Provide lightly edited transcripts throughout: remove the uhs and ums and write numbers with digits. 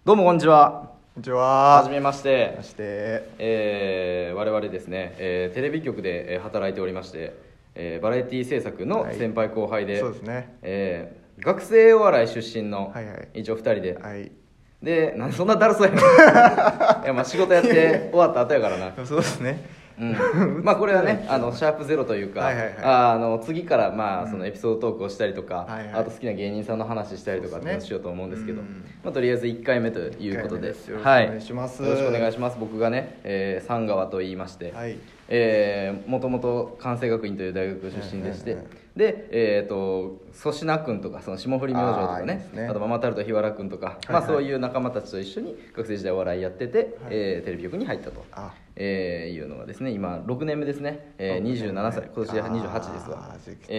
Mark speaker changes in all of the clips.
Speaker 1: どうもこんにちは。
Speaker 2: こんにちは。
Speaker 1: はじめまして。我々ですね、テレビ局で働いておりまして、バラエティ制作の先輩後輩で、
Speaker 2: そうですね。
Speaker 1: 学生お笑い出身の、
Speaker 2: はいはい、
Speaker 1: 一応2人で、
Speaker 2: はい、
Speaker 1: でなんでそんなだるそうやねんいや、まあ仕事やって終わった後やからな。
Speaker 2: そうですね。
Speaker 1: まあこれはねシャープゼロというか、
Speaker 2: はいはいはい、
Speaker 1: 次からまあそのエピソードトークをしたりとか、
Speaker 2: はいはい、
Speaker 1: あと好きな芸人さんの話したりとかってしようと思うんですけど、まあ、とりあえず1回目ということで、よろしくお
Speaker 2: 願いします。
Speaker 1: よろしくお願いします。僕がね、三川と言いまして、もともと関西学院という大学出身でして、で粗品君とかその霜降り明星とかね、あとママタルト日原君とか、まあ、そういう仲間たちと一緒に学生時代お笑いやってて、テレビ局に入ったと。いうのがですね、今6年目ですね、27歳、今年28ですわ。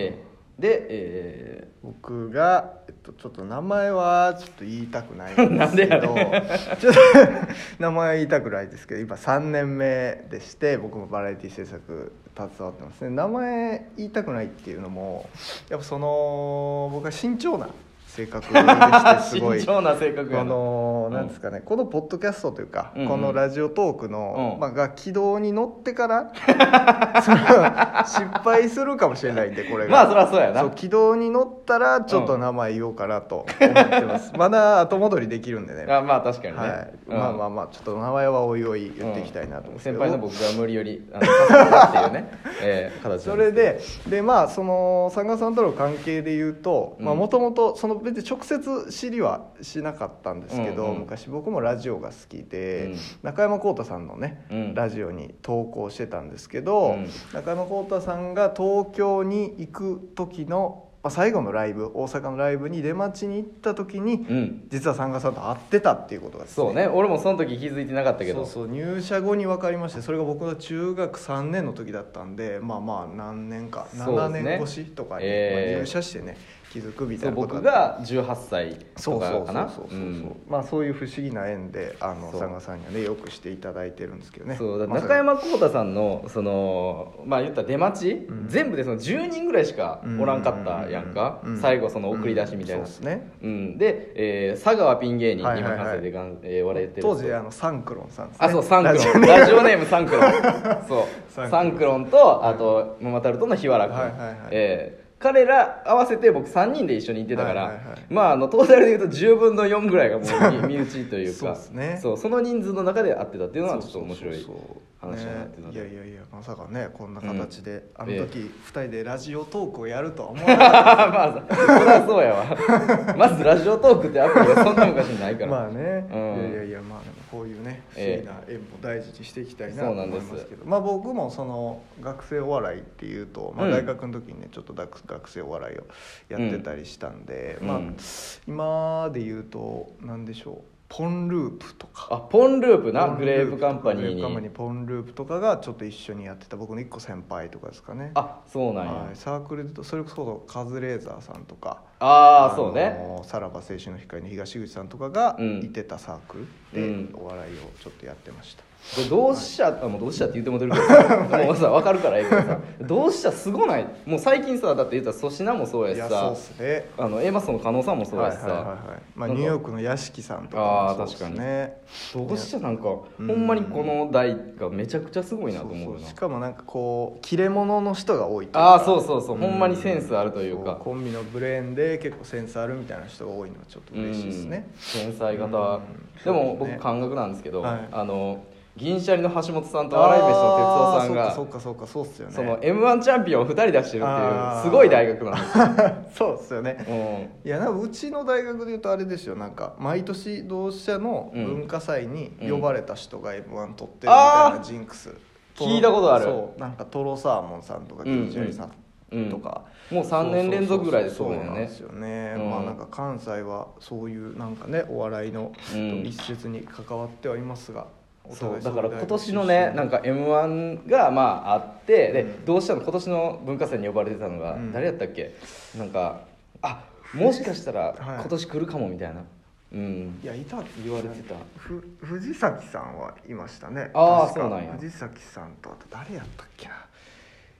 Speaker 1: で、
Speaker 2: 僕が、ちょっと名前はちょっと言いたくないんですけどちょっと名前は言いたくないですけど、今3年目でして、僕もバラエティ制作携わってますね。名前言いたくないっていうのも、やっぱその僕は慎重な性格でして、すごい
Speaker 1: 慎重な性格やな。
Speaker 2: なんですかね、このポッドキャストというか、このラジオトークの、が軌道に乗ってから失敗するかもしれないんで、これが
Speaker 1: まあそりゃそうやな。
Speaker 2: 軌道に乗ったらちょっと名前言おうかなと思ってます、まだ後戻りできるんでね。
Speaker 1: まあ確かにね、
Speaker 2: まあちょっと名前はおいおい言っていきたいなと思うんですけど、
Speaker 1: 先輩の僕が無理よりさせたっていうね、形
Speaker 2: それでまあそのさんがさんとの関係で言うと、もともとその別に直接知りはしなかったんですけど、昔僕もラジオが好きで、中山浩太さんのね、ラジオに投稿してたんですけど、中山浩太さんが東京に行く時の最後のライブ、大阪のライブに出待ちに行った時に、実はさんがさんと会ってたっていうことがですね。
Speaker 1: そうね、俺もその時気づいてなかったけど、
Speaker 2: そう入社後に分かりまして、それが僕が中学3年の時だったんで、まあ何年か、7年越しとかに入社してね、気づくみたいなこと
Speaker 1: が僕が18歳とかかな。
Speaker 2: まあそういう不思議な縁でさんがさんにはねよくしていただいてるんですけどね。
Speaker 1: そうだ、中山浩太さんのそのまあ言ったら出待ち、全部でその10人ぐらいしかおらんかったやんか、最後その送り出しみたいな。で、佐川ピン芸人、今関西で笑ってる
Speaker 2: 当時サンクロンさんですね。
Speaker 1: そう、サンクロン、ラジオネームサンクロンそうサンクロンと、あとママタルトの日原君、彼ら合わせて僕3人で一緒に行ってたから、まあトータルで言うと10分の4ぐらいがもう身内というかその人数の中で会ってたっていうのはちょっと面白い話だなっていうので、
Speaker 2: いやまさかねこんな形で、あの時2人でラジオトークをやるとは思わなかった
Speaker 1: まあそりゃそうやわまずラジオトークってアプリがそんな昔にないから
Speaker 2: まあね、いやまあこういうね不思議な縁も大事にしていきたいなと思いますけど、まあ僕もその学生お笑いっていうと、大学の時にねちょっと学生お笑いをやってたりしたんで、まあ今で言うと何でしょう、ポンループとか、
Speaker 1: ポンループな、グレープカンパニーに
Speaker 2: ポンループとかがちょっと一緒にやってた僕の1個先輩とかですかね。
Speaker 1: そうなんや、
Speaker 2: サークルでとそれこそカズレーザーさんとか、
Speaker 1: そうね、
Speaker 2: さらば青春の光の東口さんとかがいてたサークルでお笑いをちょっとやってました。
Speaker 1: 同志社、もう同志社って言ってもてるけどもうさ分かるからええけどさ、同志社すごない？もう最近さ、だって言ったら粗品もそうやしさ、
Speaker 2: そうっすね、
Speaker 1: Aマッソの加納さんもそうやしさ、
Speaker 2: ニューヨークの屋敷さんとかもそうですね。
Speaker 1: 同志社なんかほんまにこの代がめちゃくちゃすごいなと思うな。
Speaker 2: しかもなんかこう切れ者の人が多いというか、
Speaker 1: そうほんまにセンスあるというか、
Speaker 2: コンビのブレーンで結構センスあるみたいな人が多いのはちょっと嬉しいですね。
Speaker 1: 天才型。でも僕感覚なんですけど、銀シャリの橋本さんと笑い飯の哲夫さんが
Speaker 2: そうっすよね、
Speaker 1: その M1 チャンピオンを2人出してるっていうすごい大学なんですよ
Speaker 2: そうっすよね、いやなんかうちの大学でいうとあれですよ、なんか毎年同志社の文化祭に呼ばれた人が M1 取ってるみたいなジンクス、
Speaker 1: 聞いたことある。
Speaker 2: そうなんかトロサーモンさんとか銀シャリさんとか、
Speaker 1: もう3年連続ぐらいでそうだよね。
Speaker 2: そうなんですよね、まあなんか関西はそういうなんかねお笑いの密接に関わってはいますが、
Speaker 1: そうだから今年のねなんか M1 がまああって、でどうしたの今年の文化祭に呼ばれてたのが誰やったっけ、なんかもしかしたら今年来るかもみたいな、
Speaker 2: いやいたって
Speaker 1: 言われてた。
Speaker 2: 藤崎さんはいましたね。
Speaker 1: そうなんや。
Speaker 2: 藤崎さんとあと誰やったっけな、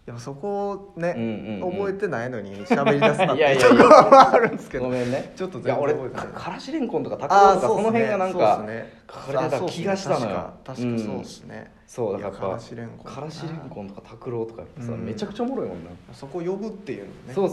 Speaker 2: やそこをね、
Speaker 1: うんうんうん、
Speaker 2: 覚えてないのに喋り出すなって
Speaker 1: いやいやいや
Speaker 2: ところはあるんですけど、
Speaker 1: ごめんね。
Speaker 2: ちょっと
Speaker 1: いや俺からしれんこんとかタクロとかその辺がなんか書かれてた気がしたのよ。
Speaker 2: 確かそうですね、
Speaker 1: そうだからやっぱ
Speaker 2: からしれん
Speaker 1: こんとかタクロとかさ、めちゃくちゃおもろいもんな。
Speaker 2: そこを呼ぶっていうのね。
Speaker 1: そう、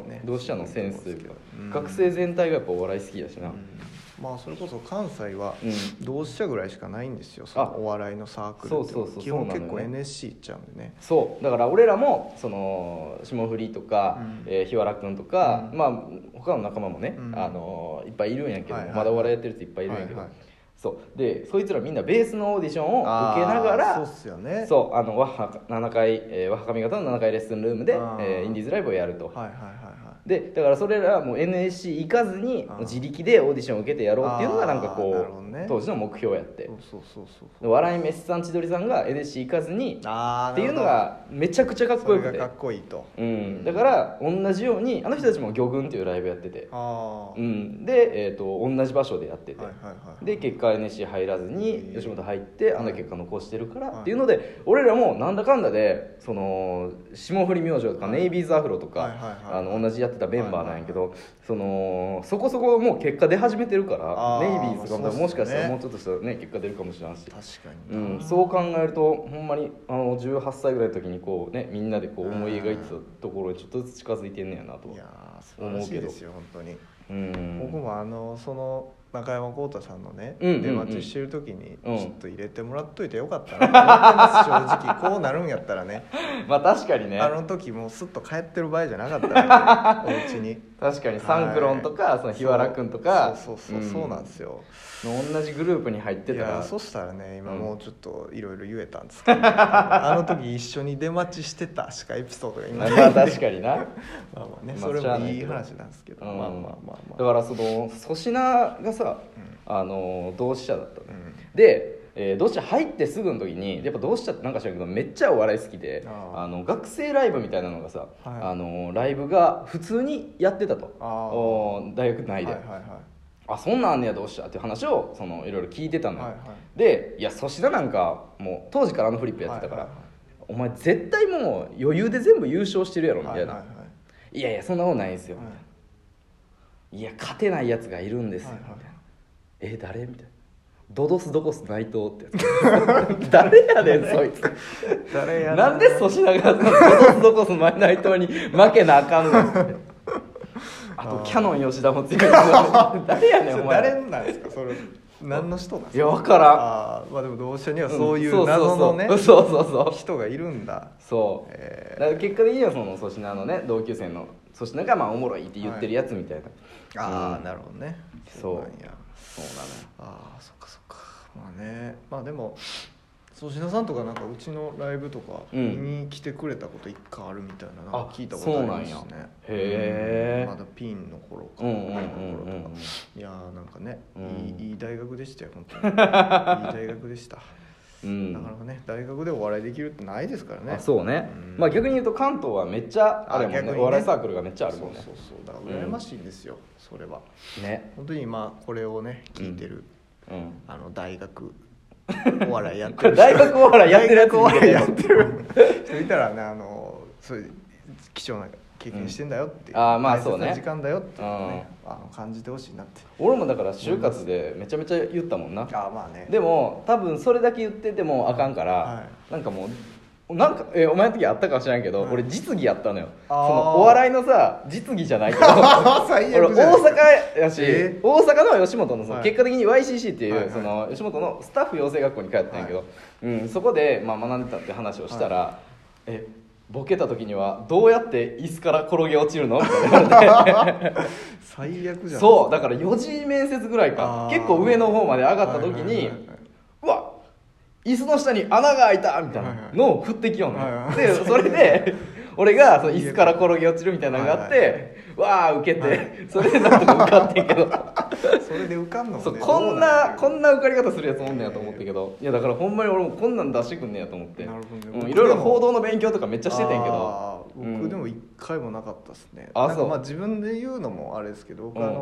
Speaker 1: ね、同志社のセンスというか、学生全体がやっぱお笑い好きだしな。
Speaker 2: まあそれこそ関西は同志社ぐらいしかないんですよ、そのお笑いのサークルって。そう基本結構 NSC 行っちゃうんでね。
Speaker 1: そうだから俺らもその霜降りとか、日原くんとか、まあ他の仲間もね、いっぱいいるんやけど、まだお笑いやってる人いっぱいいるんやけど、そうでそいつらみんなベースのオーディションを受けながら、
Speaker 2: そうっすよね。
Speaker 1: そうワッハ7階ワッハ上方の7階レッスンルームでインディーズライブをやると。でだからそれらはもう NSC 行かずに自力でオーディションを受けてやろうっていうのがなんかこう、当時の目標やって。笑い飯さん千鳥さんが NSC 行かずにっていうのがめちゃくちゃかっこよくて、
Speaker 2: それがかっこいいと、
Speaker 1: だから同じようにあの人たちも魚群っていうライブやってて、で、同じ場所でやってて、で結果 NSC 入らずに吉本入ってあの結果残してるからっていうので、俺らもなんだかんだでその霜降り明星とかネイビーズアフロとか同じやってたメンバーなんやけど、そこそこもう結果出始めてるから、ネイビーズとかもしかしたらもうちょっとしたらね結果出るかもしれないし、
Speaker 2: 確かに、
Speaker 1: そう考えるとほんまに18歳ぐらいの時にこうねみんなでこう思い描いてたところにちょっとずつ近づいてんねやなと思うけど。いや
Speaker 2: 素晴らしいですよ本当に。僕もその中山浩太さんのね出待ちしてる時にちょっと入れてもらっといてよかったなと思ってます正直。こうなるんやったらね
Speaker 1: まあ確かにね、あ
Speaker 2: の時もうスッと帰ってる場合じゃなかったねお家に。
Speaker 1: 確かにサンクロンとかその日原くんとか
Speaker 2: そうなんですよ、
Speaker 1: 同じグループに入ってたら、
Speaker 2: いやそしたらね今もうちょっといろいろ言えたんですけど、あの時一緒に出待ちしてたしかエピソードが今
Speaker 1: ないんで確かにな
Speaker 2: まあねそれもいい話なんですけど、
Speaker 1: だからその粗品がさ、同志社だったの、で同志社入ってすぐの時にやっぱ同志社ってなんか知らんけどめっちゃお笑い好きで、学生ライブみたいなのがさ、ライブが普通にやってたと、大学内で、あそんなんあんねや同志社っていう話をいろいろ聞いてたのよ、でいや粗品なんかもう当時からフリップやってたから、お前絶対もう余裕で全部優勝してるやろみたいな、いやいやそんなことないんですよ、いや勝てないやつがいるんですよ、みたいな、誰みたいな、ドドスドコス内藤ってやつ誰やねんそいつ誰やなんで粗品がドドスドコス内藤に負けなあかんのってあとキャノン吉田も強い誰やねんお前
Speaker 2: 誰なんですかそれ、何の人なんですか。
Speaker 1: いや分からん。
Speaker 2: まあでも同志社にはそういう謎のね人がいるんだ。
Speaker 1: そう、だから結果的にはその粗品のね同級生の粗品がまあおもろいって言ってるやつみたいな、
Speaker 2: なるほどね。
Speaker 1: そうなのよ。
Speaker 2: そっかまあね、まあでも粗品さんとかなんかうちのライブとか見に来てくれたこと一回あるみたいな、なんか聞いたことありますね。
Speaker 1: へえ。
Speaker 2: まだピンの頃か、いやなんかね、いい大学でしたよ本当に。いい大学でした。なかなかね大学でお笑いできるってないですからね。
Speaker 1: そうね、まあ逆に言うと関東はめっちゃあれもんね、お笑いサークルがめっちゃあるもんね。
Speaker 2: そうだから羨ましいんですよ、それは
Speaker 1: ね。
Speaker 2: 本当に今これをね聞いてる、大学お笑いやってる
Speaker 1: 大学お笑いやってるやつ
Speaker 2: 人いたらね、そういう貴重な経験してんだよっていう、
Speaker 1: まあそうね、
Speaker 2: 大切な時間だよっていうのをね、感じてほしいなって。
Speaker 1: 俺もだから就活でめちゃめちゃ言ったもんな。
Speaker 2: まあね。
Speaker 1: でも多分それだけ言っててもあかんから、なんかもうなんかお前の時あったかもしれんけど、俺実技やったのよ。そのお笑いのさ実技じゃないけど
Speaker 2: 最
Speaker 1: 俺大阪やし、大阪の吉本の結果的に YCC っていうその吉本のスタッフ養成学校に通ったんやけど、そこでまあ学んでたって話をしたら、ボケた時にはどうやって椅子から転げ落ちるのみたいな言われて
Speaker 2: 最悪じゃん。
Speaker 1: そうだから4次面接ぐらいか、結構上の方まで上がった時に、うわ椅子の下に穴が開いたみたいなのを振ってきよんの、でそれで俺がその椅子から転げ落ちるみたいなのがあって、わあ受けて、それでなんとか受かってんけど
Speaker 2: それで受かんのもね、
Speaker 1: こんな受かり方するやつおんねやと思ったけど、いやだからほんまに俺もこんなん出してくんねやと思って、いろいろ報道の勉強とかめっちゃしててんけど、
Speaker 2: 僕でも一回もなかったっすね。
Speaker 1: そう。
Speaker 2: まあ自分で言うのもあれですけど、僕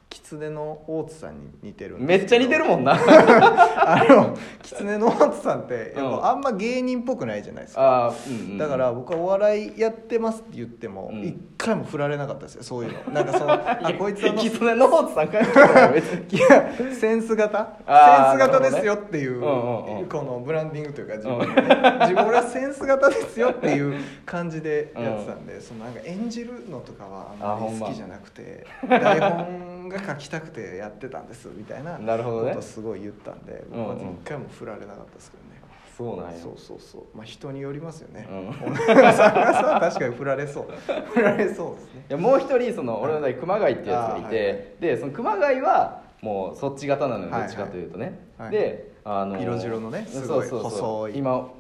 Speaker 2: 狐の大津さんに似てるんです
Speaker 1: めっちゃ似てるもんな
Speaker 2: 狐の大津さんってあんま芸人っぽくないじゃないですか、だから僕はお笑いやってますって言っても一回も振られなかったですよ、そういうの。なんかそのこいつ
Speaker 1: 狐の大津さんか別に
Speaker 2: いやセンス型ですよっていう、このブランディングというか自分俺はセンス型ですよっていう感じでやってたんで、そのなんか演じるのとかはあんまり好きじゃなくて、台本が書きたくてやってたんですみたいなことをすごい言ったんで、僕は一回も振られなかったですけどね。
Speaker 1: そうなんや。
Speaker 2: そうまあ人によりますよね。さん確かに振られそうですね。
Speaker 1: いやもう一人その俺の代熊谷ってやつがいて、でその熊谷はもうそっち型なのよ、どっちかというとね。で
Speaker 2: 色白のねすごい細い
Speaker 1: 今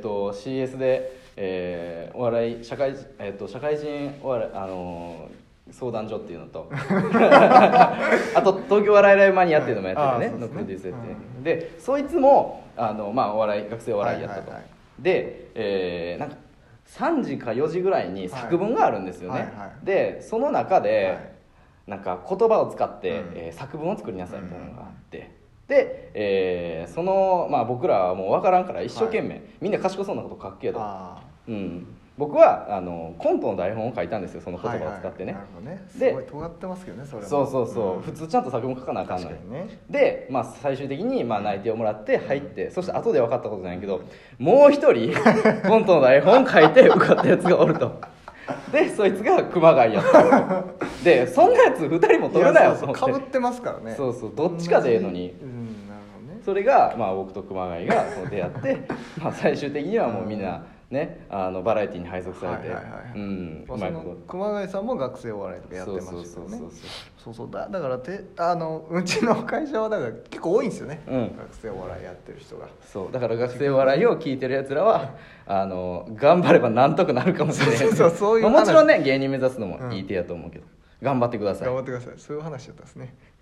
Speaker 1: CS でお笑い社会人お笑い相談所っていうのとあと東京笑いライブマニアっていうのもやっててね、のプロデュースやってね、でそいつもお笑い学生お笑いやったと、でなんか3時か4時ぐらいに作文があるんですよね、でその中でなんか言葉を使って作文を作りなさいみたいなのがあって、でその僕らはもう分からんから一生懸命みんな賢そうなこと書くけど、僕はコントの台本を書いたんですよ、その言葉を使ってね。
Speaker 2: なるほどね。すごい尖ってますけどね、それも。
Speaker 1: そう、普通ちゃんと作文書かなあかんのよ。で、最終的に内定をもらって入って、そして後で分かったことじゃないけど、もう一人コントの台本書いて受かったやつがおると。でそいつが熊谷やったでそんなやつ2人も取るなよと思って。
Speaker 2: かぶってますからね。
Speaker 1: そうどっちかでええのに。それが僕と熊谷が出会って最終的にはもうみんなねバラエティに配属されて、
Speaker 2: 熊谷さんも学生お笑いとかやってましたよね。そうだからうちの会社はだから結構多いんですよね、学生お笑いやってる人が。
Speaker 1: そうだから学生お笑いを聞いてるやつらは頑張ればなんとかなるかもしれない
Speaker 2: そういう
Speaker 1: もちろんね芸人目指すのもいい手やと思うけど、頑張ってください。
Speaker 2: 頑張ってください。そういう話だったんですね。